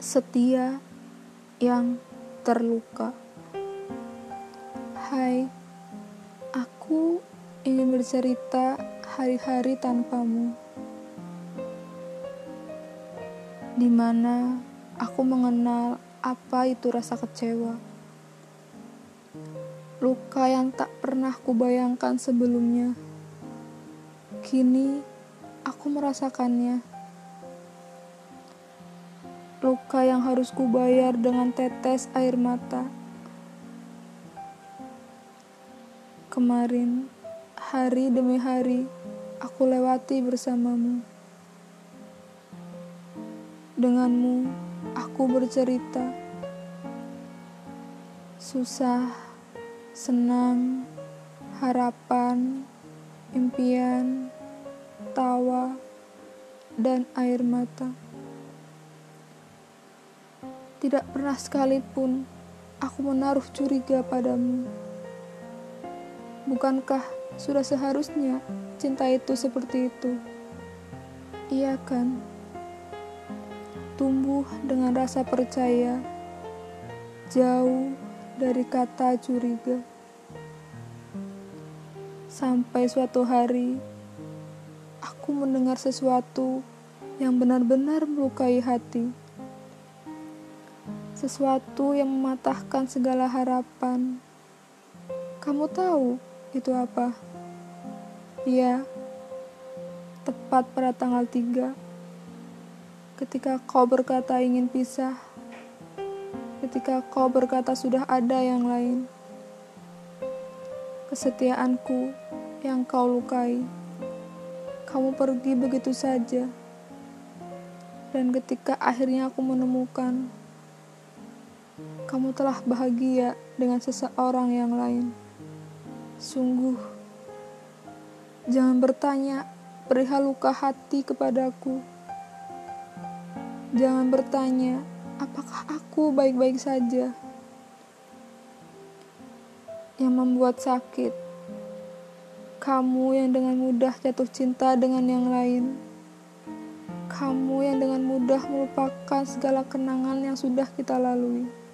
Setia yang terluka. Hai, aku ingin bercerita hari-hari tanpamu, di mana aku mengenal apa itu rasa kecewa. Luka yang tak pernah kubayangkan sebelumnya. Kini aku merasakannya. Luka yang harus kubayar dengan tetes air mata. Kemarin, hari demi hari, aku lewati bersamamu. Denganmu, aku bercerita. Susah, senang, harapan, impian, tawa, dan air mata. Tidak pernah sekalipun aku menaruh curiga padamu. Bukankah sudah seharusnya cinta itu seperti itu? Iya kan? Tumbuh dengan rasa percaya, jauh dari kata curiga. Sampai suatu hari, aku mendengar sesuatu yang benar-benar melukai hati. Sesuatu yang mematahkan segala harapan. Kamu tahu itu apa? Ya, tepat pada tanggal 3, ketika kau berkata ingin pisah, ketika kau berkata sudah ada yang lain. Kesetiaanku yang kau lukai. Kamu pergi begitu saja. Dan ketika akhirnya aku menemukan, kamu telah bahagia dengan seseorang yang lain. Sungguh, jangan bertanya perihal luka hati kepadaku. Jangan bertanya, apakah aku baik-baik saja. Yang membuat sakit, kamu yang dengan mudah jatuh cinta dengan yang lain. Kamu yang dengan mudah melupakan segala kenangan yang sudah kita lalui.